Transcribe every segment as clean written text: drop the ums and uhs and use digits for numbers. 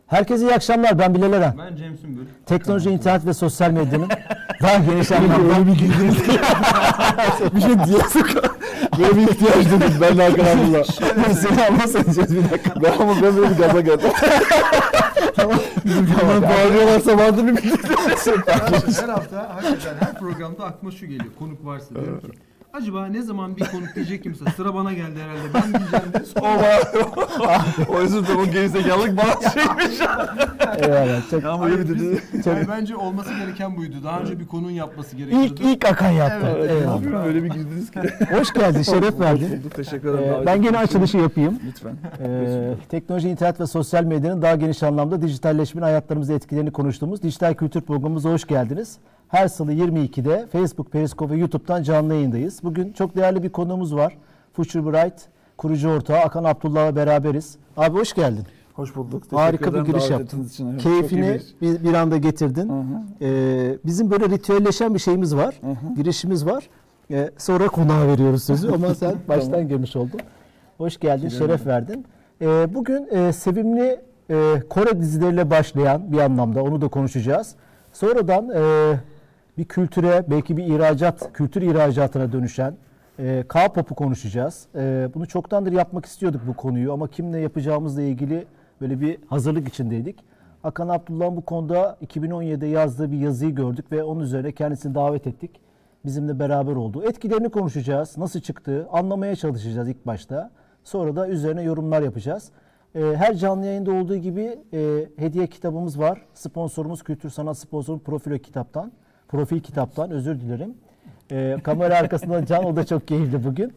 Herkese iyi akşamlar. Ben Bilal Eren. Ben Cem Sümbül. Teknoloji, internet ve sosyal medyanın daha geniş anlamda öyle bir girdiniz ki. Bir şey diyorsun. Böyle bir ihtiyaç dedim. Ben de Hakan Abdullah. seni anlatacağız bir dakika. Ben böyle bir gaza geldim. Tamam. Bizimkinden bağırıyorlarsa vardır bir bildiğin. Her hafta hakikaten her programda aklıma şu geliyor. Konuk varsa diyorum ki acaba ne zaman bir konuk diyecek kimse sıra bana geldi herhalde ben diyeceğim diye sonra. O yüzden de o gerizekalılık bana şeymiş. Evet, çok, Ama öyle bir dedi. Yani bence olması gereken buydu. Daha önce bir konunun yapması gerekiyordu. ilk Akan yaptı. Evet, Evet. Ne yapıyorum öyle bir girdiniz ki. Hoş geldin, şeref verdin. Teşekkür ederim. Ben gene açılışı yapayım. Lütfen. Teknoloji, internet ve sosyal medyanın daha geniş anlamda dijitalleşmenin hayatlarımızda etkilerini konuştuğumuz dijital kültür programımıza hoş geldiniz. Her salı 22'de Facebook, Periscope ve YouTube'dan canlı yayındayız. Bugün çok değerli bir konuğumuz var. Future Bright kurucu ortağı Akan Abdullah'la beraberiz. Abi hoş geldin. Hoş bulduk. Harika bir giriş yaptın. Keyfini bir anda getirdin. Bizim böyle ritüelleşen bir şeyimiz var. Girişimiz var. Sonra konağa veriyoruz sözü ama sen baştan girmiş oldun. Hoş geldin, şeref verdin. Bugün sevimli Kore dizileriyle başlayan bir anlamda onu da konuşacağız. Sonradan bir kültüre, belki bir kültür ihracatına dönüşen K-pop'u konuşacağız. Bunu çoktandır yapmak istiyorduk bu konuyu ama kimle yapacağımızla ilgili böyle bir hazırlık içindeydik. Hakan Abdullah'ın bu konuda 2017'de yazdığı bir yazıyı gördük ve onun üzerine kendisini davet ettik. Bizimle beraber oldu. Etkilerini konuşacağız, nasıl çıktığı, anlamaya çalışacağız ilk başta. Sonra da üzerine yorumlar yapacağız. Her canlı yayında olduğu gibi hediye kitabımız var. Sponsorumuz Kültür Sanat Sponsoru Profil Kitap'tan özür dilerim. Kamera arkasında Can, o da çok keyifli bugün.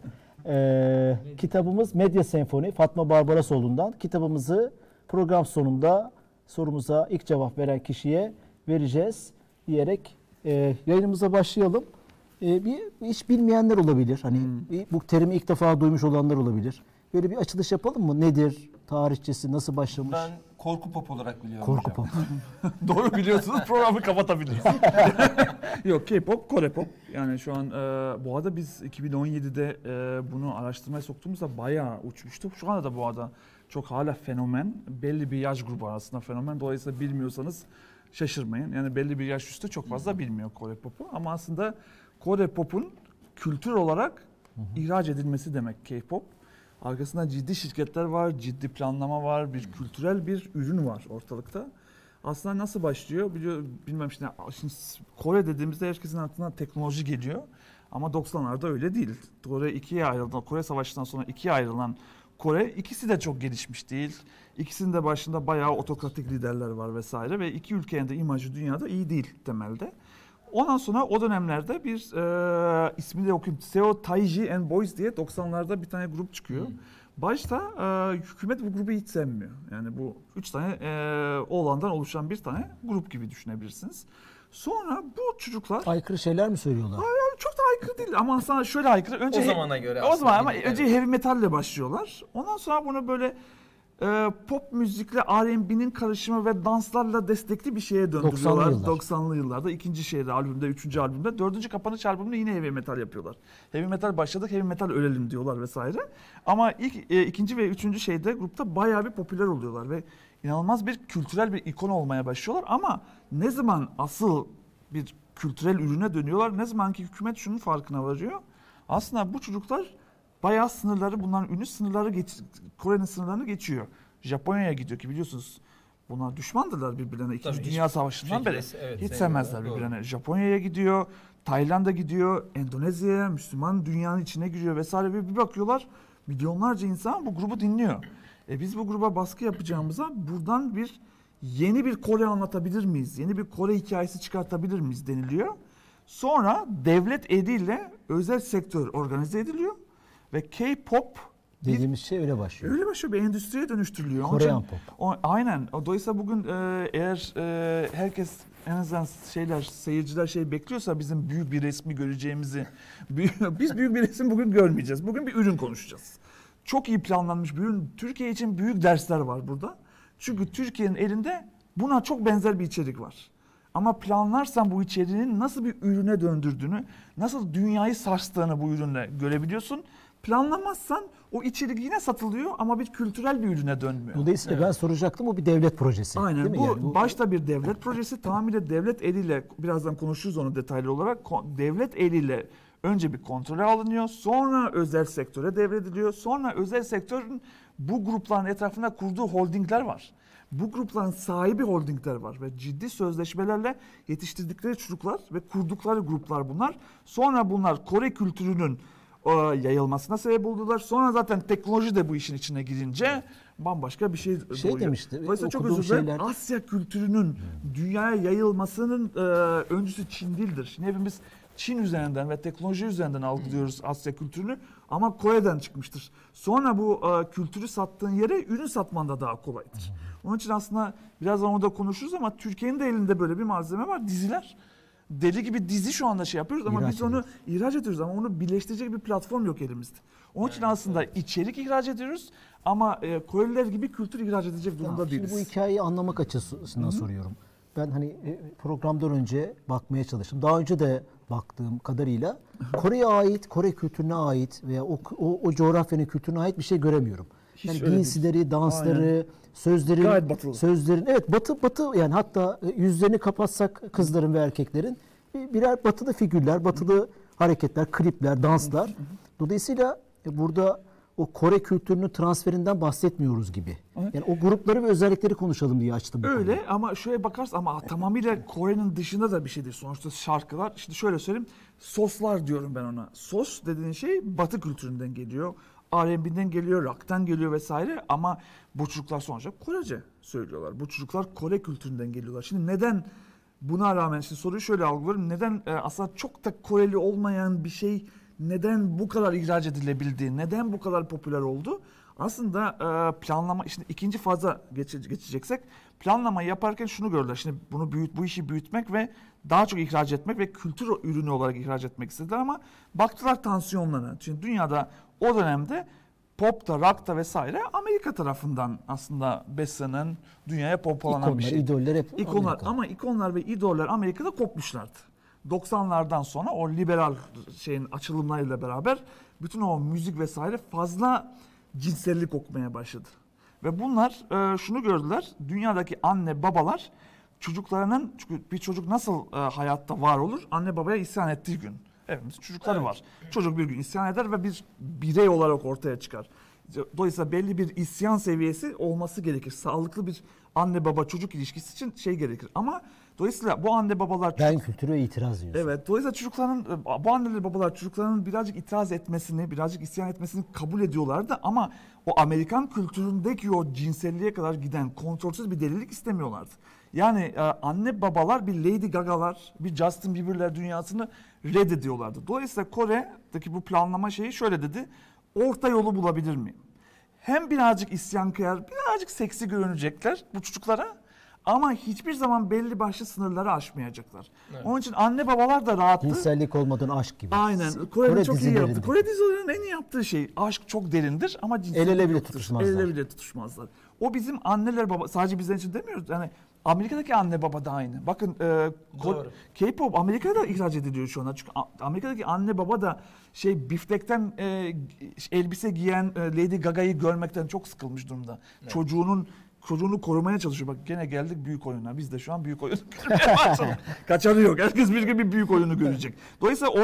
Kitabımız Medya Senfoni Fatma Barbarasoğlu'ndan. Kitabımızı program sonunda sorumuza ilk cevap veren kişiye vereceğiz diyerek yayınımıza başlayalım. Hiç bilmeyenler olabilir. Hani bu terimi ilk defa duymuş olanlar olabilir. Böyle bir açılış yapalım mı? Nedir? Tarihçesi nasıl başlamış? Ben korku pop olarak biliyorum. Korku pop. Doğru biliyorsunuz, programı kapatabiliriz. Yok, K-pop, Kore pop. Yani şu an bu arada biz 2017'de bunu araştırmaya soktuğumuzda bayağı uçmuştu. Şu anda da bu arada çok hala fenomen. Belli bir yaş grubu arasında fenomen. Dolayısıyla bilmiyorsanız şaşırmayın. Yani belli bir yaş üstü çok fazla bilmiyor Kore pop'u. Ama aslında Kore pop'un kültür olarak ihraç edilmesi demek K-pop. Arkasında ciddi şirketler var, ciddi planlama var, bir kültürel bir ürün var ortalıkta. Aslında nasıl başlıyor? Bilmem şimdi Kore dediğimizde herkesin aklına teknoloji geliyor. Ama 90'larda öyle değil. Kore ikiye ayrıldı. Kore Savaşı'ndan sonra ikiye ayrılan Kore, ikisi de çok gelişmiş değil. İkisinin de başında bayağı otokratik liderler var vesaire ve iki ülkenin de imajı dünyada iyi değil temelde. Ondan sonra o dönemlerde bir ismini de okuyayım. Seo Taiji and Boys diye 90'larda bir tane grup çıkıyor. Başta hükümet bu grubu hiç sevmiyor. Yani bu 3 tane oğlandan oluşan bir tane grup gibi düşünebilirsiniz. Sonra bu çocuklar... Aykırı şeyler mi söylüyorlar? Hayır, çok da aykırı değil ama sana şöyle aykırı. Önce o zamana göre. O zaman ama önce heavy metalle başlıyorlar. Ondan sonra bunu böyle pop müzikle R&B'nin karışımı ve danslarla destekli bir şeye döndürüyorlar. 90'lı yıllarda. İkinci şeyde albümde, üçüncü albümde. Dördüncü kapanış albümünde yine heavy metal yapıyorlar. Heavy metal başladık, heavy metal ölelim diyorlar vesaire. Ama ikinci ve üçüncü şeyde grupta bayağı bir popüler oluyorlar ve inanılmaz bir kültürel bir ikon olmaya başlıyorlar. Ama ne zaman asıl bir kültürel ürüne dönüyorlar, ne zaman ki hükümet şunun farkına varıyor. Aslında bu çocuklar bayağı sınırları, bunların ünlü sınırları Kore'nin sınırlarını geçiyor. Japonya'ya gidiyor ki biliyorsunuz bunlar düşmandırlar birbirlerine. İkinci Dünya Savaşı'ndan beri hiç sevmezler birbirlerine. Japonya'ya gidiyor, Tayland'a gidiyor, Endonezya'ya, Müslüman dünyanın içine giriyor vesaire ve bir bakıyorlar milyonlarca insan bu grubu dinliyor. Biz bu gruba baskı yapacağımıza buradan yeni bir Kore anlatabilir miyiz? Yeni bir Kore hikayesi çıkartabilir miyiz deniliyor. Sonra devlet eliyle özel sektör organize ediliyor. Ve K-pop dediğimiz şey öyle başlıyor. Öyle başlıyor, bir endüstriye dönüştürülüyor. Korean pop. Aynen. Dolayısıyla bugün eğer herkes en azından seyirciler bekliyorsa bizim büyük bir resmi göreceğimizi, biz büyük bir resim bugün görmeyeceğiz. Bugün bir ürün konuşacağız. Çok iyi planlanmış bir ürün. Türkiye için büyük dersler var burada. Çünkü Türkiye'nin elinde buna çok benzer bir içerik var. Ama planlarsan bu içeriğin nasıl bir ürüne döndürdüğünü, nasıl dünyayı sarstığını bu ürünle görebiliyorsun. Planlamazsan o içerik yine satılıyor ama bir kültürel bir ürüne dönmüyor. Dolayısıyla ben soracaktım, o bir devlet projesi. Aynen, değil mi? bu başta bir devlet projesi, tamamıyla devlet eliyle, birazdan konuşuruz onu detaylı olarak, devlet eliyle önce bir kontrole alınıyor, sonra özel sektöre devrediliyor, sonra özel sektörün bu grupların etrafında kurduğu holdingler var. Bu grupların sahibi holdingler var ve ciddi sözleşmelerle yetiştirdikleri çocuklar ve kurdukları gruplar bunlar. Sonra bunlar Kore kültürünün yayılmasına sebep oldular. Sonra zaten teknoloji de bu işin içine girince bambaşka bir şey doğuyor. Demişti. Dolayısıyla çok özür dilerim. Asya kültürünün dünyaya yayılmasının öncüsü Çin değildir. Şimdi hepimiz Çin üzerinden ve teknoloji üzerinden algılıyoruz Asya kültürünü ama Kore'den çıkmıştır. Sonra bu kültürü sattığın yere ürün satman da daha kolaydır. Onun için aslında birazdan orada konuşuruz ama Türkiye'nin de elinde böyle bir malzeme var, diziler. Deli gibi dizi şu anda yapıyoruz ama biz onu ihraç ediyoruz ama onu birleştirecek bir platform yok elimizde. Onun için aslında içerik ihraç ediyoruz ama Koreliler gibi kültür ihraç edecek durumda değiliz. Şimdi bu hikayeyi anlamak açısından soruyorum. Ben hani programdan önce bakmaya çalıştım. Daha önce de baktığım kadarıyla Kore'ye ait, Kore kültürüne ait veya o coğrafyanın kültürüne ait bir şey göremiyorum. Yani giysileri, dansları, sözlerin evet batı yani hatta yüzlerini kapatsak kızların ve erkeklerin birer batılı figürler, batılı hareketler, klipler, danslar. Dolayısıyla burada o Kore kültürünün transferinden bahsetmiyoruz gibi. Yani o grupları ve özellikleri konuşalım diye açtım. Öyle ama şöyle bakarsan ama tamamıyla Kore'nin dışında da bir şeydir. Sonuçta şarkılar, işte şöyle söyleyeyim, soslar diyorum ben ona. Sos dediğin şey Batı kültüründen geliyor. R&B'den geliyor, rock'tan geliyor vesaire ama bu çocuklar sonuçta Korece söylüyorlar. Bu çocuklar Kore kültüründen geliyorlar. Şimdi neden buna rağmen, şimdi soruyu şöyle algılıyorum. Neden aslında çok da Koreli olmayan bir şey neden bu kadar ihraç edilebildi? Neden bu kadar popüler oldu? Aslında planlama, işte ikinci faza geçeceksek planlamayı yaparken şunu gördüler. Şimdi bu işi büyütmek ve daha çok ihraç etmek ve kültür ürünü olarak ihraç etmek istediler ama baktılar tansiyonlarına. Şimdi dünyada o dönemde popta, rockta vesaire Amerika tarafından aslında beslenen, dünyaya pompalanan bir şey. İdoller hep İkonlar ama ikonlar ve idoller Amerika'da kopmuşlardı. 90'lardan sonra o liberal şeyin açılımlarıyla beraber bütün o müzik vesaire fazla cinsellik okumaya başladı. Ve bunlar şunu gördüler, dünyadaki anne babalar çocuklarının, çünkü bir çocuk nasıl hayatta var olur? Anne babaya isyan ettiği gün. Hepimizin çocukları var. Çocuk bir gün isyan eder ve bir birey olarak ortaya çıkar. Dolayısıyla belli bir isyan seviyesi olması gerekir. Sağlıklı bir anne baba çocuk ilişkisi için şey gerekir. Ama dolayısıyla bu anne babalar... Ben kültüre itiraz diyorsun. Evet. Dolayısıyla çocukların, bu anneler babalar çocukların birazcık itiraz etmesini, birazcık isyan etmesini kabul ediyorlardı. Ama o Amerikan kültüründeki o cinselliğe kadar giden kontrolsüz bir delilik istemiyorlardı. Yani anne babalar bir Lady Gaga'lar, bir Justin Bieber'ler dünyasını reddediyorlardı. Dolayısıyla Kore'deki bu planlama şeyi şöyle dedi. Orta yolu bulabilir miyim? Hem birazcık isyankar, birazcık seksi görünecekler bu çocuklara ama hiçbir zaman belli başlı sınırları aşmayacaklar. Evet. Onun için anne babalar da rahattı. Cinsellik olmadan aşk gibi. Aynen. Kore çok iyi yaptı. Kore dizilerinin en iyi yaptığı şey aşk çok derindir ama cinsellik el ele bile yoktur. tutuşmazlar. El ele bile tutuşmazlar. O bizim anneler baba, sadece bizler için demiyoruz. Yani Amerika'daki anne baba da aynı. Bakın K-pop Amerika'da da ihraç ediliyor şu anda. Çünkü Amerika'daki anne baba da biftekten elbise giyen Lady Gaga'yı görmekten çok sıkılmış durumda. Evet. Çocuğunu korumaya çalışıyor. Bak gene geldik büyük oyuna. Biz de şu an büyük oyun görmeye başladık. Kaçarı yok. Herkes bir gün bir büyük oyunu görecek. Dolayısıyla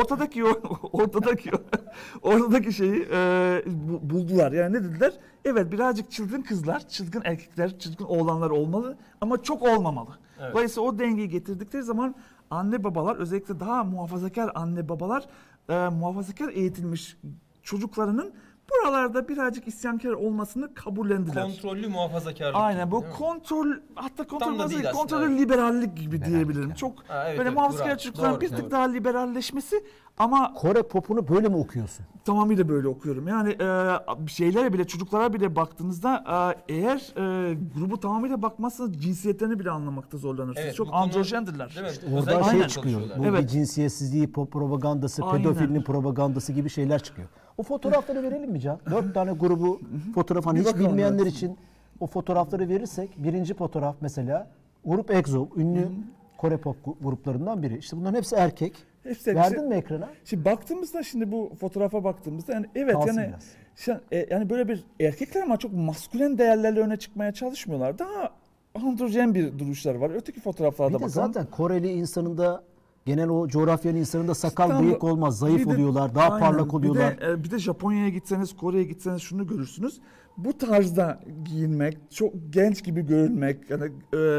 ortadaki şeyi buldular. Yani ne dediler? Evet, birazcık çılgın kızlar, çılgın erkekler, çılgın oğlanlar olmalı ama çok olmamalı. Evet. Dolayısıyla o dengeyi getirdikleri zaman anne babalar, özellikle daha muhafazakar anne babalar, muhafazakar eğitilmiş çocuklarının buralarda birazcık isyankar olmasını kabullendiler. Kontrollü muhafazakarlık. Aynen, bu kontrol, hatta kontrollü liberallik gibi diyebilirim. Çok böyle muhafazakar çocukların bir tık daha liberalleşmesi ama... Kore popunu böyle mi okuyorsun? Tamamıyla böyle okuyorum. Yani şeylere bile, çocuklara bile baktığınızda eğer grubu tamamıyla bakmazsanız cinsiyetlerini bile anlamakta zorlanırsınız. Evet, çok androjendirler. İşte oradan çıkıyor. Bu bir cinsiyetsizliği, pop propagandası, pedofilinin propagandası gibi şeyler çıkıyor. O fotoğrafları verelim mi Can? 4 tane grubu fotoğraf, hani hiç bilmeyenler için o fotoğrafları verirsek, birinci fotoğraf mesela grup EXO, ünlü Kore pop gruplarından biri. İşte bunların hepsi erkek. Hepsi Verdin mi ekrana? Şimdi baktığımızda, şimdi bu fotoğrafa baktığımızda yani evet Kalsın yani biraz. yani böyle bir erkekler ama çok maskülen değerlerle öne çıkmaya çalışmıyorlar. Daha androjen bir duruşlar var. Öteki fotoğraflarda Bir de bakalım. zaten Koreli insanında, genel o coğrafyanın insanında sakal İstanbul- bıyık olmaz. Zayıf bir de- oluyorlar. Daha aynen. parlak oluyorlar. Bir de Japonya'ya gitseniz, Kore'ye gitseniz şunu görürsünüz. Bu tarzda giyinmek, çok genç gibi görünmek, yani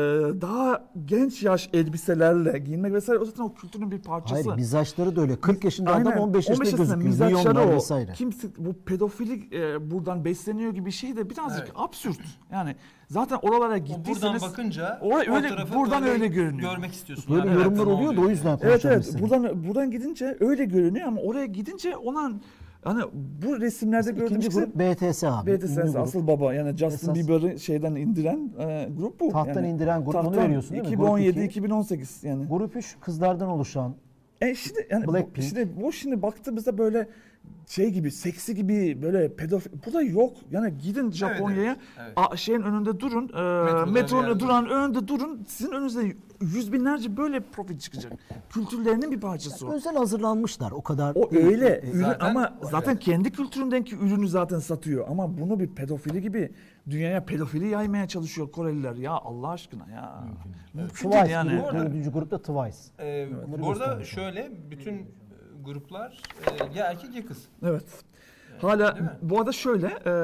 daha genç yaş elbiselerle giyinmek vesaire, o zaten o kültürün bir parçası. Hayır, mizaçları da öyle. 40 yaşında Aynen. adam 15 yaşında gözüküyor. mizaçları Milyonlar o. vesaire. Kimse bu pedofilik buradan besleniyor gibi şey de birazcık Evet. absürt. Yani zaten oralara O gittiyseniz buradan bakınca oraya öyle, fotoğrafı buradan öyle görünüyor. görmek istiyorsun. Böyle Yani yorumlar ne oluyor da o yüzden Evet konuşalım. buradan gidince öyle görünüyor ama oraya gidince olan hani bu resimlerde gördüğümüz İkinci grup BTS abi. BTS Ünlü grup. asıl baba, yani Justin Esas- Bieber'ı şeyden indiren grup bu. Tahttan yani, indiren grup, onu veriyorsun değil mi? Grup 2017 iki. 2018 yani. Grup 3 kızlardan oluşan. Şimdi yani Blackpink. şimdi baktığımızda böyle şey gibi, seksi gibi, böyle pedofil burada yok. Yani gidin Japonya'ya, evet. Şeyin önünde durun, bir metronun yerde. duran önünde durun. Sizin önünüze yüz binlerce böyle profil çıkacak. Kültürlerinin bir parçası o. Özel hazırlanmışlar o kadar. O öyle ürün zaten- ama zaten kendi kültüründeki ürünü zaten satıyor. Ama bunu bir pedofili gibi dünyaya pedofili yaymaya çalışıyor Koreliler. Ya Allah aşkına ya. Mümkün değil Twice yani. yani. Dördüncü grupta Twice. Onları Bu arada göstermiş şöyle bütün gruplar ya erkek ya kız. Evet. Hala Değil mi? bu arada şöyle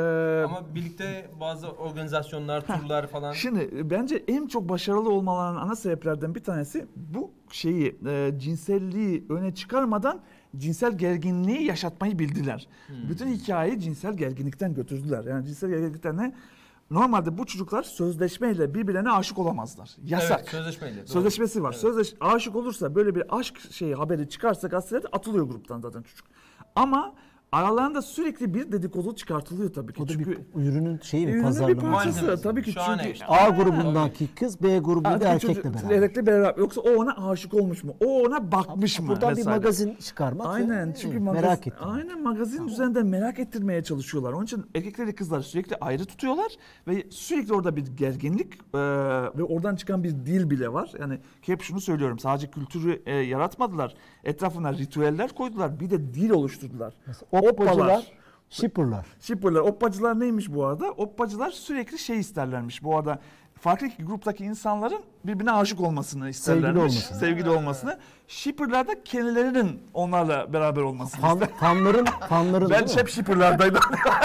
Ama birlikte bazı organizasyonlar, turlar falan. şimdi bence en çok başarılı olmalarının ana sebeplerden bir tanesi bu şeyi cinselliği öne çıkarmadan cinsel gerginliği yaşatmayı bildiler. Bütün hikayeyi cinsel gerginlikten götürdüler. Yani cinsel gerginlikten ne? Normalde bu çocuklar sözleşmeyle birbirlerine aşık olamazlar. Yasak. Evet, sözleşmeyle. doğru. Sözleşmesi var. Evet. Aşık olursa, böyle bir aşk haberi çıkarsa gazetede atılıyor gruptan zaten çocuk. Ama aralarında sürekli bir dedikodu çıkartılıyor tabii ki. O da Çünkü bir ürünün şeyi mi, ürünün bir pazarlama. parçası Malzemesi. tabii ki, Şahane çünkü işte. A grubundaki kız, B grubundaki erkekle beraber. erkekle beraber. Yoksa o ona aşık olmuş mu? O ona bakmış mı? Buradan bir vesaire. magazin çıkarmak. Aynen, ve, çünkü merak ettim. Aynen, magazin üzerinden merak ettirmeye çalışıyorlar. Onun için erkekleri kızları sürekli ayrı tutuyorlar ve sürekli orada bir gerginlik ve oradan çıkan bir dil bile var. Yani ki hep şunu söylüyorum, sadece kültürü yaratmadılar. Etrafına ritüeller koydular. Bir de dil oluşturdular. Oppacılar, shipperlar. Shipper'lar, oppacılar neymiş bu arada? Oppacılar sürekli şey isterlermiş bu arada. Farklı iki gruptaki insanların birbirine aşık olmasını isterlermiş. Sevgili olmasını. Shipper'lar da kendilerinin onlarla beraber olmasını Fanların Ben değil mi? hep shipper'lardaydım.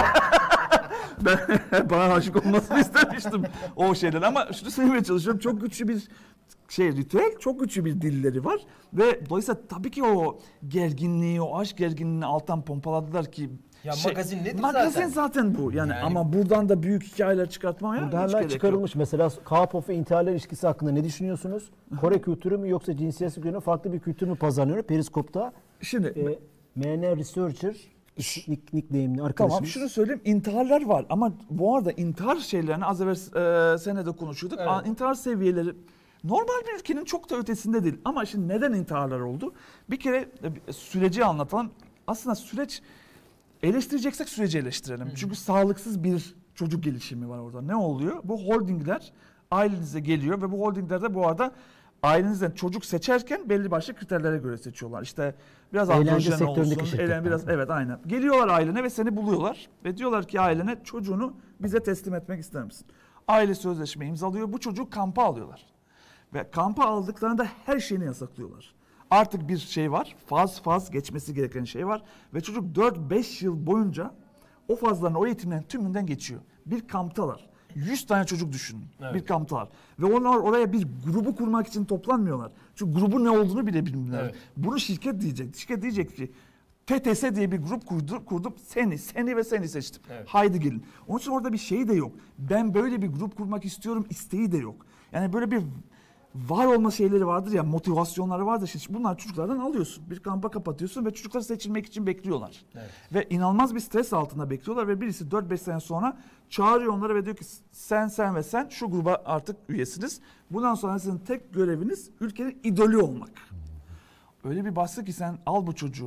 Ben bana aşık olmasını istemiştim o şeyden, ama şunu söylemeye çalışıyorum. Çok güçlü bir ritüel, çok güçlü bir dilleri var ve dolayısıyla tabii ki o gerginliği, o aşk gerginliğini alttan pompaladılar ki Ya magazin nedir magazin zaten? zaten bu. Yani Yani- ama buradan da büyük hikayeler çıkartmaya Burada hiç hemen gerek çıkarılmış. Mesela K-pop ve intiharlar ilişkisi hakkında ne düşünüyorsunuz? Kore kültürü mü yoksa cinsiyetçilik üzerine farklı bir kültür mü pazarlanıyor? Periskop'ta yok. Şimdi MN Researcher nickname'li arkadaşımız. tamam, şunu söyleyeyim, intiharlar var ama bu arada intihar şeylerini az evvel senede konuşuyorduk. Evet. İntihar seviyeleri normal bir ülkenin çok da ötesinde değil. Ama şimdi neden intiharlar oldu? Bir kere süreci anlatalım. Aslında süreç, eleştireceksek süreci eleştirelim. Çünkü sağlıksız bir çocuk gelişimi var orada. Ne oluyor? Bu holdingler ailenize geliyor ve bu holdinglerde bu arada ailenizden çocuk seçerken belli başlı kriterlere göre seçiyorlar. İşte biraz Eğlence androjen sektöründeki olsun, şirketler. biraz evet aynen. Geliyorlar ailene ve seni buluyorlar ve diyorlar ki ailene, çocuğunu bize teslim etmek ister misin? Aile sözleşme imzalıyor. Bu çocuğu kampa alıyorlar. Ve kampa aldıklarında her şeyini yasaklıyorlar. Artık bir şey var. Faz geçmesi gereken şey var. Ve çocuk 4-5 yıl boyunca o fazların, o eğitimlerin tümünden geçiyor. Bir kamptalar. 100 tane çocuk düşünün. Evet. Bir kamptalar. Ve onlar oraya bir grubu kurmak için toplanmıyorlar. Çünkü grubun ne olduğunu bile bilmiyorlar. Evet. Bunu şirket diyecek. Şirket diyecek ki TTS diye bir grup kurdum. Seni ve seni seçtim. Evet. Haydi gelin. Onun için orada bir şey de yok. Ben böyle bir grup kurmak istiyorum isteği de yok. Yani böyle bir var olma şeyleri vardır ya, motivasyonları vardır. Şimdi bunlar çocuklardan alıyorsun. Bir kampa kapatıyorsun ve çocuklar seçilmek için bekliyorlar. Evet. Ve inanılmaz bir stres altında bekliyorlar ve birisi 4-5 sene sonra çağırıyor onları ve diyor ki sen ve sen şu gruba artık üyesiniz. Bundan sonra sizin tek göreviniz ülkenin idolü olmak. Öyle bir baskı ki sen al bu çocuğu,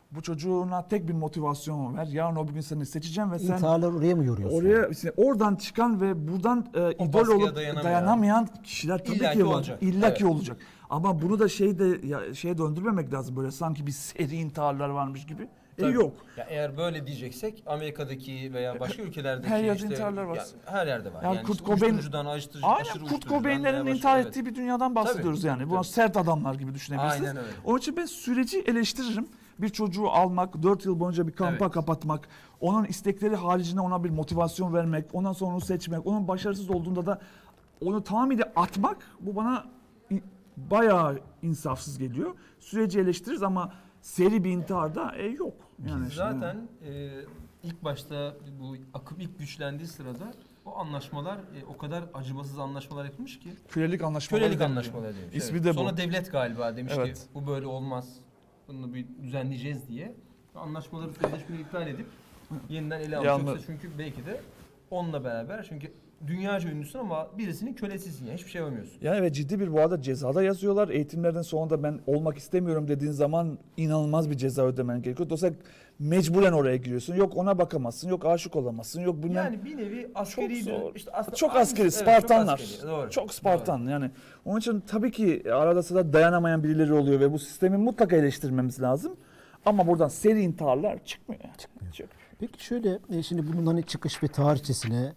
Bu çocuğuna tek bir motivasyon ver. Yarın o gün seni seçeceğim ve sen İntiharlar oraya mı yoruyorsun? oraya oradan çıkan ve buradan idol olup dayanamayan kişiler tabii ki olacak. İlla ki olacak. Ama bunu da şeye döndürmemek lazım, böyle sanki bir seri intiharlar varmış gibi. Yok. Ya eğer böyle diyeceksek Amerika'daki veya başka ülkelerdeki her yerde intiharlar var. Her yerde var. Yani Kurt Cobain, Kurt Cobain'lerin intihar ettiği bir dünyadan bahsediyoruz yani. Bu sert adamlar gibi düşünebilirsiniz. Aynen öyle. Onun için ben süreci eleştiririm. Bir çocuğu almak, 4 yıl boyunca bir kampa kapatmak, onun istekleri haricinde ona bir motivasyon vermek, ondan sonra onu seçmek, onun başarısız olduğunda da onu tamamıyla atmak, bu bana bayağı insafsız geliyor. Süreci eleştiririz ama seri bir intiharda yok. Yani zaten ilk başta bu akım ilk güçlendiği sırada o anlaşmalar o kadar acımasız anlaşmalar yapılmış ki. Kölelik anlaşmaları demiş. İsmi de bu. Sonra devlet galiba demiş ki bu böyle olmaz. Bunu bir düzenleyeceğiz diye. Anlaşmaları, sözleşmeyi iptal edip yeniden ele alacaksa, çünkü belki de onunla beraber, çünkü dünyaca ünlüsün ama birisinin kölesisin, yani hiçbir şey yapamıyorsun. Yani ve ciddi bir bu arada cezada yazıyorlar. Eğitimlerden sonunda ben olmak istemiyorum dediğin zaman inanılmaz bir ceza ödemen gerekiyor. Dolayısıyla mecburen oraya giriyorsun. Yok ona bakamazsın, yok aşık olamazsın, yok bunlar. Yani bir nevi askeri işte çok askeri, Spartanlar. Evet, çok, doğru, çok Spartan doğru. Yani onun için tabii ki arada sırada dayanamayan birileri oluyor ve bu sistemi mutlaka eleştirmemiz lazım. Ama buradan seri intiharlar çıkmıyor. Peki şöyle, şimdi bunun hani çıkış ve tarihçesine,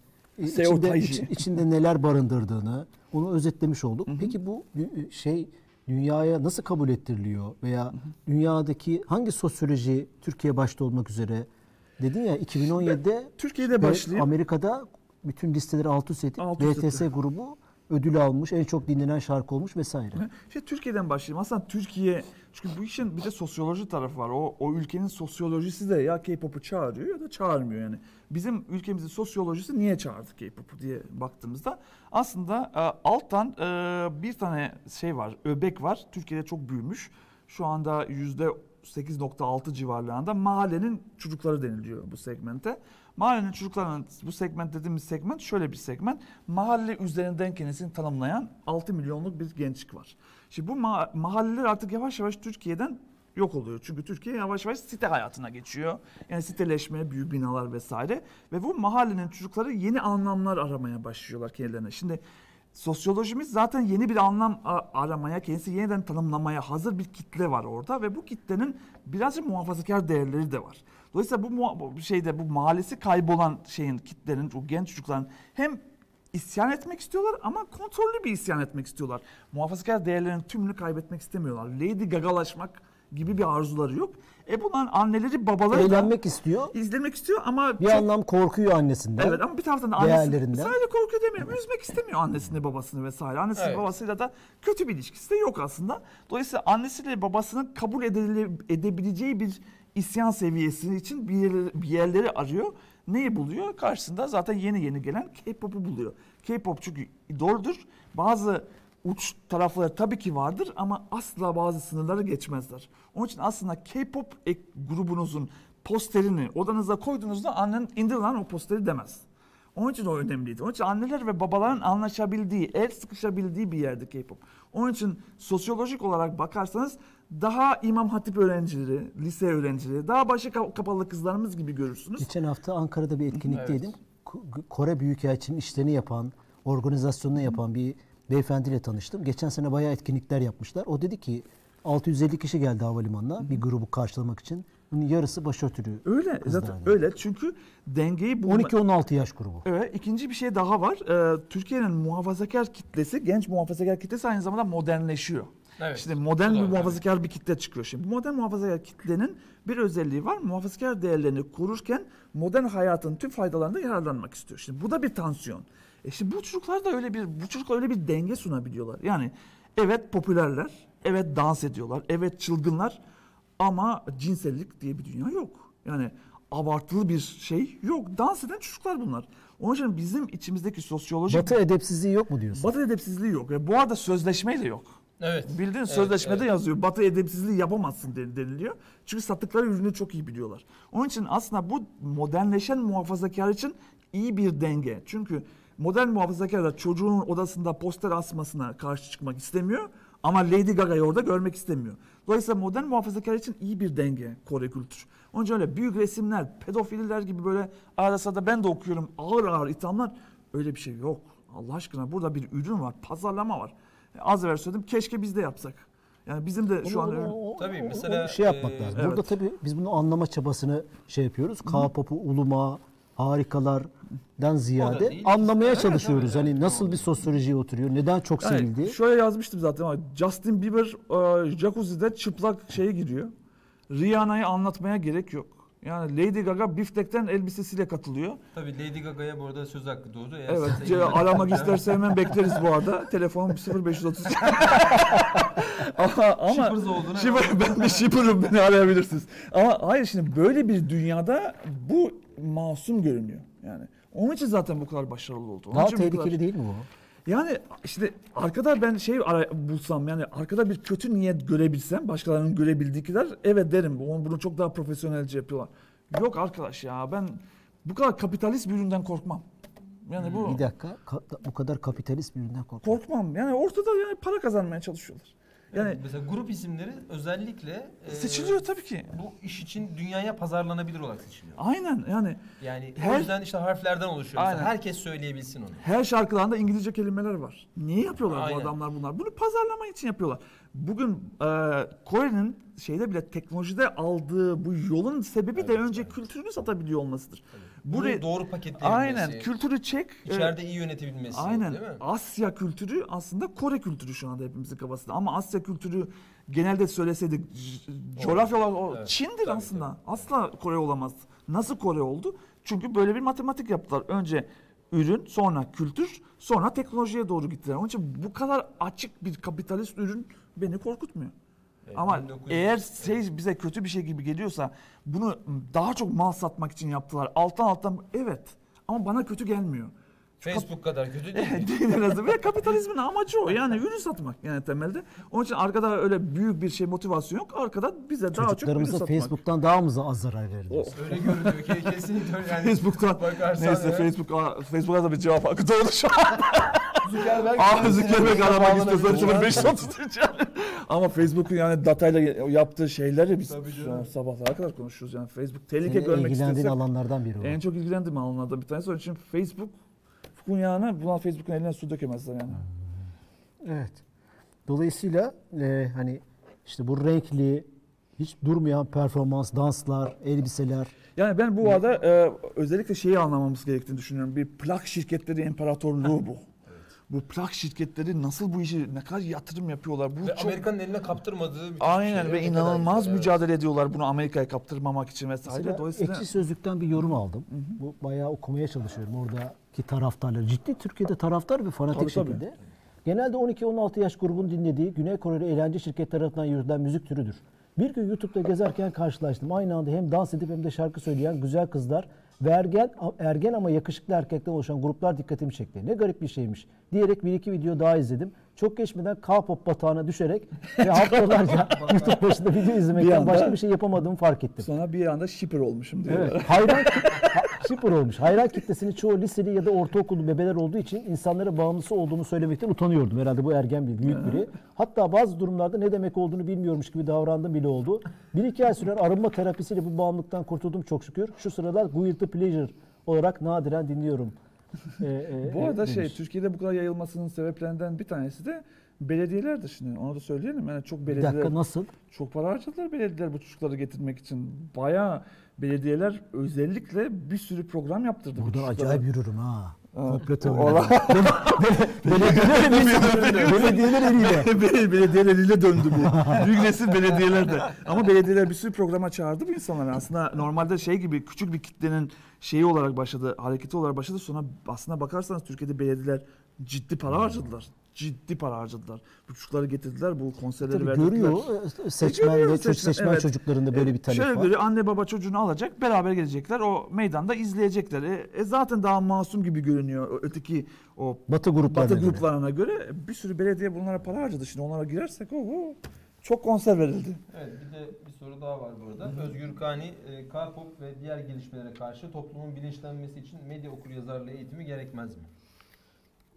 içinde neler barındırdığını, onu özetlemiş olduk. Peki bu dünyaya nasıl kabul ettiriliyor veya dünyadaki hangi sosyoloji, Türkiye başta olmak üzere dedin ya, 2017'de Türkiye'de başlayıp Amerika'da bütün listeleri alt üst edip BTS grubu ödül almış, en çok dinlenen şarkı olmuş vesaire. Türkiye'den başlayayım. Aslında Türkiye, çünkü bu işin bir de sosyoloji tarafı var. O ülkenin sosyolojisi de ya K-pop'u çağırıyor ya da çağırmıyor yani. Bizim ülkemizin sosyolojisi niye çağırdı K-pop'u diye baktığımızda aslında alttan bir tane var, öbek var. Türkiye'de çok büyümüş. Şu anda %8.6 civarlarında mahallenin çocukları deniliyor bu segmente. Mahallenin çocuklarının, bu segment dediğimiz segment şöyle bir segment. Mahalle üzerinden kendisini tanımlayan 6 milyonluk bir gençlik var. Şimdi bu mahalleler artık yavaş yavaş Türkiye'den yok oluyor. Çünkü Türkiye yavaş yavaş site hayatına geçiyor. Yani siteleşme, büyük binalar vesaire. Ve bu mahallenin çocukları yeni anlamlar aramaya başlıyorlar kendilerine. Şimdi sosyolojimiz zaten yeni bir anlam aramaya, kendisi yeniden tanımlamaya hazır bir kitle var orada ve bu kitlenin birazcık muhafazakar değerleri de var. Dolayısıyla bu mahallesi kaybolan kitlenin, o genç çocukların hem isyan etmek istiyorlar ama kontrollü bir isyan etmek istiyorlar. Muhafazakar değerlerin tümünü kaybetmek istemiyorlar. Lady Gaga'laşmak gibi bir arzuları yok. Bunların anneleri, babaları eğlenmek istiyor. İzlemek istiyor ama bir anlam korkuyor annesinden. Evet, ama bir taraftan da annesi sadece korkuyor demiyorum. Üzmek istemiyor annesini, babasını vesaire. Annesi babasıyla da kötü bir ilişkisi de yok aslında. Dolayısıyla annesiyle babasının kabul edebileceği bir isyan seviyesi için bir yerleri arıyor. Neyi buluyor? Karşısında zaten yeni gelen K-pop'u buluyor. K-pop çünkü idoldur. Bazı uç tarafları tabii ki vardır ama asla bazı sınırları geçmezler. Onun için aslında K-pop grubunuzun posterini odanıza koyduğunuzda annen indir lan o posteri demez. Onun için o önemliydi. Onun için anneler ve babaların anlaşabildiği, el sıkışabildiği bir yerde K-pop. Onun için sosyolojik olarak bakarsanız daha İmam Hatip öğrencileri, lise öğrencileri, daha başı kapalı kızlarımız gibi görürsünüz. Geçen hafta Ankara'da bir etkinlikteydim. Kore Büyükelçinin işlerini yapan, organizasyonunu yapan bir beyefendiyle tanıştım. Geçen sene bayağı etkinlikler yapmışlar. O dedi ki 650 kişi geldi havalimanına bir grubu karşılamak için. Bunun yarısı başörtülü. Öyle zaten öyle çünkü dengeyi bulma. 12-16 yaş grubu. Evet, ikinci bir şey daha var. Türkiye'nin muhafazakar kitlesi, genç muhafazakar kitlesi aynı zamanda modernleşiyor. Evet. Şimdi modern bir muhafazakar bir kitle çıkıyor. Şimdi modern muhafazakar kitlenin bir özelliği var. Muhafazakar değerlerini korurken modern hayatın tüm faydalarından yararlanmak istiyor. Şimdi bu da bir tansiyon. Şimdi bu çocuklar da öyle bir denge sunabiliyorlar. Yani evet popülerler, evet dans ediyorlar, evet çılgınlar ama cinsellik diye bir dünya yok. Yani abartılı bir şey yok. Dans eden çocuklar bunlar. Onun için bizim içimizdeki sosyolojik... Batı edepsizliği yok mu diyorsun? Batı edepsizliği yok. Bu arada sözleşmeyle yok. Evet. Bildiğin sözleşmede yazıyor. Batı edepsizliği yapamazsın deniliyor. Çünkü sattıkları ürünü çok iyi biliyorlar. Onun için aslında bu modernleşen muhafazakar için iyi bir denge. Çünkü modern muhafazakar da çocuğun odasında poster asmasına karşı çıkmak istemiyor. Ama Lady Gaga'yı orada görmek istemiyor. Dolayısıyla modern muhafazakar için iyi bir denge Kore kültürü. Onun için öyle büyük resimler, pedofililer gibi böyle arada sırada ben de okuyorum ağır ağır ithamlar. Öyle bir şey yok. Allah aşkına burada bir ürün var, pazarlama var. Az evvel söyledim, keşke biz de yapsak. Yani bizim de şu an tabii mesela şey yapmak lazım. Burada tabii biz bunu anlama çabasını şey yapıyoruz. K-pop'u, uluma, harikalardan ziyade anlamaya çalışıyoruz. Hani nasıl bir sosyolojiye oturuyor, neden çok sevildi. Şöyle yazmıştım zaten ama Justin Bieber jacuzzi'de çıplak şeye giriyor. Rihanna'yı anlatmaya gerek yok. Yani Lady Gaga biftekten elbisesiyle katılıyor. Tabii Lady Gaga'ya bu arada söz hakkı doğdu. Evet, aramak isterse hemen bekleriz bu arada. Telefonum 0530. ama ben bir shipper'ım, beni arayabilirsiniz. Ama hayır, şimdi böyle bir dünyada bu masum görünüyor. Yani onun için zaten bu kadar başarılı oldu. Daha tehlikeli değil mi bu? Yani işte arkada ben bulsam, yani arkada bir kötü niyet görebilsem, başkalarının görebildiği kadar evet derim. Bunu çok daha profesyonelce yapıyorlar. Yok arkadaş ya, ben bu kadar kapitalist bir üründen korkmam. Yani bu bir dakika, bu kadar kapitalist bir üründen korkmam. Yani ortada yani para kazanmaya çalışıyorlar. Yani mesela grup isimleri özellikle seçiliyor tabii ki. Bu iş için dünyaya pazarlanabilir olarak seçiliyor. Aynen yani. Yani o yüzden işte harflerden oluşuyor. Herkes söyleyebilsin onu. Her şarkılarında İngilizce kelimeler var. Niye yapıyorlar Aynen. bu adamlar bunlar? Bunu pazarlama için yapıyorlar. Bugün Kore'nin bile teknolojide aldığı bu yolun sebebi de önce kültürünü satabiliyor olmasıdır. Bunu doğru paketleyebilmesi. Aynen, kültürü çek. İçeride iyi yönetebilmesi. Aynen. Değil mi? Asya kültürü aslında Kore kültürü şu anda hepimizin kafasında. Ama Asya kültürü genelde söyleseydik coğrafya olarak Çin'dir aslında. Tabii. Asla Kore olamaz. Nasıl Kore oldu? Çünkü böyle bir matematik yaptılar. Önce ürün, sonra kültür, sonra teknolojiye doğru gittiler. Onun için bu kadar açık bir kapitalist ürün beni korkutmuyor. Ama eğer bize kötü bir şey gibi geliyorsa, bunu daha çok mal satmak için yaptılar. Alttan evet, ama bana kötü gelmiyor. Facebook kadar kötü değil mi? Değil en azından. Ve kapitalizmin amacı o. Yani ürün satmak yani temelde. Onun için arkada öyle büyük bir motivasyon yok. Arkada bize daha çok ürün satmak. Çocuklarımıza Facebook'tan daha mı az zarar veriliyor? Öyle görünüyor. Kesinlikle öyle. Yani Facebook'tan. Neyse Facebook'a da bir cevap hakkı doğdu şu an. Zuckerberg aramak istiyorsan 533 yani. Ama Facebook'un yani datayla yaptığı şeyleri biz sabahlara kadar konuşuyoruz. Yani Facebook tehlike görmek istiyorsa. alanlardan biri o. En çok ilgilendiğim alanlardan bir tanesi. Onun için Facebook'un eline su dökemezler yani. Evet. Dolayısıyla hani işte bu renkli, hiç durmayan performans, danslar, elbiseler. Yani ben bu arada özellikle anlamamız gerektiğini düşünüyorum. Bir plak şirketleri imparatorluğu bu. Bu plak şirketleri nasıl bu işi, ne kadar yatırım yapıyorlar. Bu ve Amerika'nın eline kaptırmadığı bir aynen şey. Ve inanılmaz mücadele ediyorlar bunu Amerika'ya kaptırmamak için vesaire. Dolayısıyla Ekşi Sözlük'ten bir yorum aldım. Bu bayağı okumaya çalışıyorum. Oradaki taraftarlar, ciddi Türkiye'de taraftar ve fanatik şekilde. Tabii. Genelde 12-16 yaş grubunun dinlediği Güney Koreli eğlence şirket tarafından yürütülen müzik türüdür. Bir gün YouTube'da gezerken karşılaştım. Aynı anda hem dans edip hem de şarkı söyleyen güzel kızlar ve ergen ama yakışıklı erkekten oluşan gruplar dikkatimi çekti. Ne garip bir şeymiş diyerek bir iki video daha izledim. Çok geçmeden K-pop batağına düşerek ve haftalarca YouTube başında video izlemekten başka bir şey yapamadığımı fark ettim. Sonra bir anda shipper olmuşum diyor. Evet. Shipper olmuş. Hayran kitlesinin çoğu liseli ya da ortaokullu bebeler olduğu için insanlara bağımlısı olduğumu söylemekten utanıyordum. Herhalde bu ergen büyük biri. Hatta bazı durumlarda ne demek olduğunu bilmiyormuş gibi davrandım bile oldu. 1-2 ay süren arınma terapisiyle bu bağımlılıktan kurtuldum çok şükür. Şu sıralar Guilty Pleasure olarak nadiren dinliyorum. Bu arada Türkiye'de bu kadar yayılmasının sebeplerinden bir tanesi de belediyelerdir şimdi. Onu da söyleyelim. Yani çok belediyeler. Bir dakika, nasıl? Çok para harcadılar belediyeler bu çocukları getirmek için. Bayağı belediyeler özellikle bir sürü program yaptırdı. Buradan acayip yürürüm ha. Belediyeler eliyle döndü bu. Büyük resim belediyelerde. Ama belediyeler bir sürü programa çağırdı bu insanları. Aslında normalde gibi küçük bir kitlenin olarak başladı, hareketi olarak başladı. Sonra aslına bakarsanız Türkiye'de belediyeler ciddi para harcadılar. Bu çocukları getirdiler, bu konserleri verdiler. Görüyor seçmen çocuklarında böyle bir talep var. Şöyle görüyor, anne baba çocuğunu alacak, beraber gelecekler, o meydanda izleyecekler. Zaten daha masum gibi görünüyor öteki o Batı gruplarına göre. Bir sürü belediye bunlara para harcadı. Şimdi onlara girersek çok konser verildi. Evet, bir de bir soru daha var burada. Özgür Kani, K-pop ve diğer gelişmelere karşı toplumun bilinçlenmesi için medya okuryazarlığı eğitimi gerekmez mi?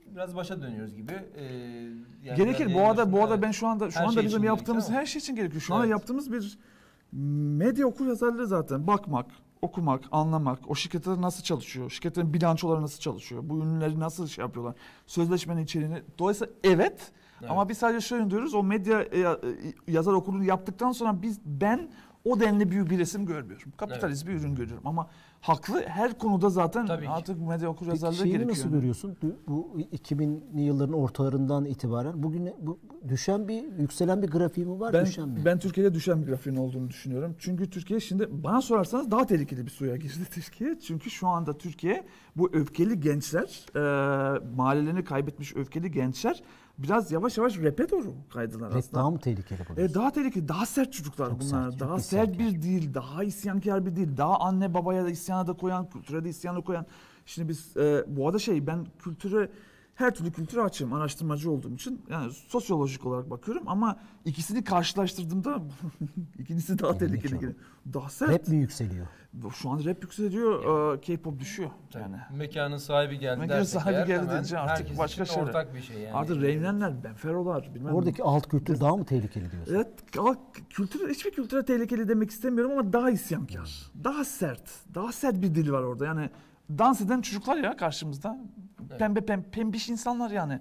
biraz başa dönüyoruz gibi. Yani gerekir. Bu arada ben şu anda bizim yaptığımız her şey için gerekiyor. Şu anda yaptığımız bir medya okuryazarlığı zaten. Bakmak, okumak, anlamak, o şirketler nasıl çalışıyor, şirketlerin bilançoları nasıl çalışıyor, bu ürünleri nasıl şey yapıyorlar, sözleşmenin içeriğini. Dolayısıyla evet. Ama biz sadece şöyle diyoruz, o medya yazar okulunu yaptıktan sonra ben o denli büyük bir resim görmüyorum. Kapitalist bir ürün görüyorum ama haklı her konuda zaten artık medya okuryazarlığı gerekiyor. Şeyi nasıl görüyorsun? Bu 2000'li yılların ortalarından itibaren bugün düşen yükselen bir grafiği mi var, düşen mi? Ben Türkiye'de düşen bir grafiğin olduğunu düşünüyorum. Çünkü Türkiye şimdi bana sorarsanız daha tehlikeli bir suya girdi Türkiye. Çünkü şu anda Türkiye bu öfkeli gençler, mahallelerini kaybetmiş öfkeli gençler biraz yavaş yavaş rap'e doğru kaydılar aslında. Rap daha mı tehlikeli bu? Daha tehlikeli, daha sert çocuklar çok bunlar. Daha sert bir dil, daha isyankar bir dil, daha anne babaya da isyana da koyan, kültüre de isyana koyan. Şimdi biz bu arada ben her türlü kültüre açığım, araştırmacı olduğum için. Yani sosyolojik olarak bakıyorum ama ikisini karşılaştırdığımda ikincisi daha tehlikeli. Daha sert. Rap mi yükseliyor? Şu an rap yükseliyor, K-pop düşüyor yani. Mekanın sahibi geldi deyince artık başka şeyler. Ortak bir şey yani. Artık Reynenler, Benferolar bilmem. Oradaki alt kültür daha mı tehlikeli diyorsun? Evet, hiçbir kültüre tehlikeli demek istemiyorum ama daha isyankar. Daha sert bir dil var orada. Yani dans eden çocuklar ya karşımızda. Evet. Pembiş insanlar yani.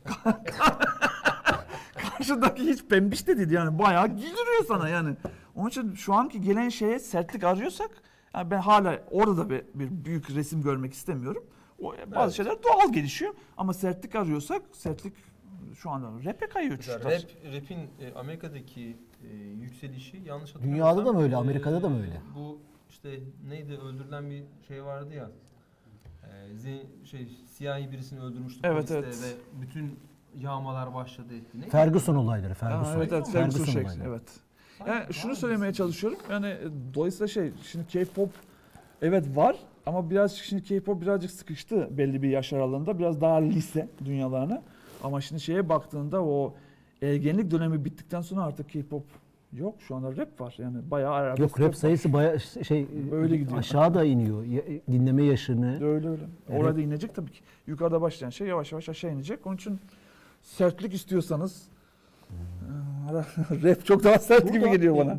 Karşıdaki hiç pembiş de değil yani, bayağı giydiriyor sana yani. Onun için şu anki gelen şeye sertlik arıyorsak, yani ben hala orada da bir büyük resim görmek istemiyorum. Bazı şeyler doğal gelişiyor ama sertlik arıyorsak, sertlik şu anda rap'e kayıyor çocuklar. Rap'in Amerika'daki yükselişi yanlış hatırlamıyorsam. Dünyada da mı öyle, Amerika'da da mı öyle? Bu işte neydi, öldürülen bir şey vardı ya. Siyahi birisini öldürmüştü poliste ve bütün yağmalar başladı etti. Ferguson olayları. Ferguson olayları. Evet. Yani şunu söylemeye çalışıyorum. Yani dolayısıyla şimdi K-pop evet var ama şimdi K-pop birazcık sıkıştı belli bir yaş aralığında. Biraz daha lise dünyalarına. Ama şimdi şeye baktığında o ergenlik dönemi bittikten sonra artık K-pop yok. Şu anda rap var. Yani bayağı arabesk. Yok, rap sayısı bayağı öyle gidiyor. Aşağıda iniyor. Dinleme yaşını. Öyle. Evet. Orada inecek tabii ki. Yukarıda başlayan şey yavaş yavaş aşağı inecek. Onun için sertlik istiyorsanız rap çok daha sert gibi geliyor bana.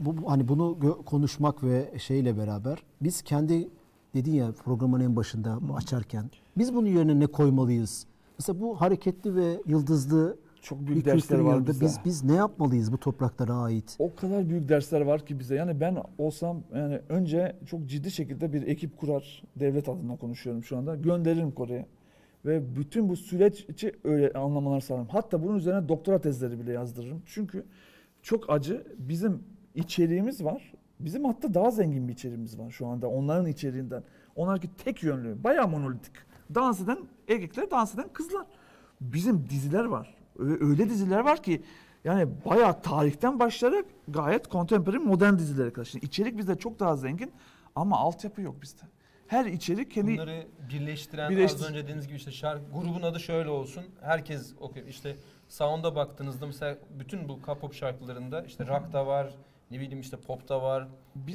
Bunu konuşmak ve şeyle beraber biz kendi, dedin ya programın en başında açarken, biz bunun yerine ne koymalıyız? Mesela bu hareketli ve yıldızlı çok büyük dersler var bize. Biz ne yapmalıyız bu topraklara ait? O kadar büyük dersler var ki bize. Yani ben olsam önce çok ciddi şekilde bir ekip kurar, devlet adına konuşuyorum şu anda. Gönderirim Kore'ye. Ve bütün bu süreci öyle anlamalar sağlarım. Hatta bunun üzerine doktora tezleri bile yazdırırım. Çünkü çok acı. Bizim içeriğimiz var. Bizim hatta daha zengin bir içeriğimiz var şu anda onların içeriğinden. Onlarki tek yönlü, bayağı monolitik. Dans eden erkekler, dans eden kızlar. Bizim diziler var. Öyle diziler var ki yani bayağı tarihten başlayarak gayet contemporary modern dizilere kadar. Şimdi içerik bizde çok daha zengin ama altyapı yok bizde. Her içerik bunları birleştiren az önce dediğiniz gibi grubun adı şöyle olsun. Herkes okuyor. İşte sound'a baktığınızda mesela bütün bu K-pop şarkılarında işte rock da var, ne bileyim işte pop da var.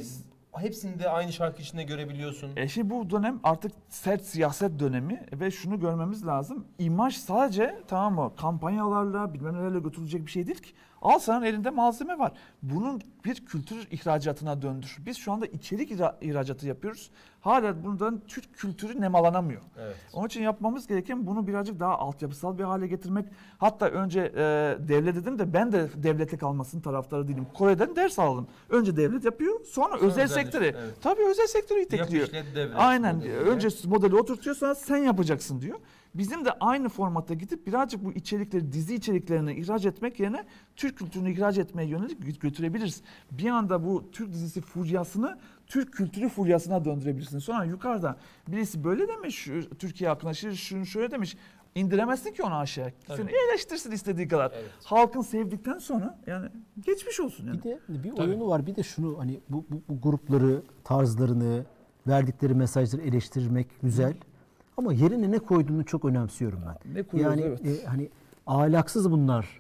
Hepsini de aynı şarkı içinde görebiliyorsun. Bu dönem artık sert siyaset dönemi ve şunu görmemiz lazım. İmaj sadece kampanyalarla bilmem nelerle götürülecek bir şey değil ki. Al sana elinde malzeme var. Bunun bir kültür ihracatına döndür. Biz şu anda içerik ihracatı yapıyoruz. Hala bundan Türk kültürü nemalanamıyor. Evet. Onun için yapmamız gereken bunu birazcık daha altyapısal bir hale getirmek. Hatta önce devlet dedim de ben de devlete kalmasının taraftarı değilim. Kore'den ders alalım. Önce devlet yapıyor, sonra özel sektörü. Evet. Tabii özel sektörü itekliyor. Aynen. Önce modeli oturtuyor, sonra sen yapacaksın diyor. Bizim de aynı formatta gidip birazcık bu içerikleri, dizi içeriklerini ihraç etmek yerine Türk kültürünü ihraç etmeye yönelik götürebiliriz. Bir anda bu Türk dizisi furyasını Türk kültürü furyasına döndürebilirsin. Sonra yukarıda birisi böyle demiş, Türkiye hakkında şunu şöyle demiş. İndiremezsin ki onu aşağıya. Seni eleştirsin istediği kadar. Evet. Halkın sevdikten sonra yani geçmiş olsun. Yani. Bir de bir oyunu var. Bir de şunu bu grupları, tarzlarını, verdikleri mesajları eleştirmek güzel. Ama yerine ne koyduğunu çok önemsiyorum ben. Ne koyuyoruz, yani ahlaksız bunlar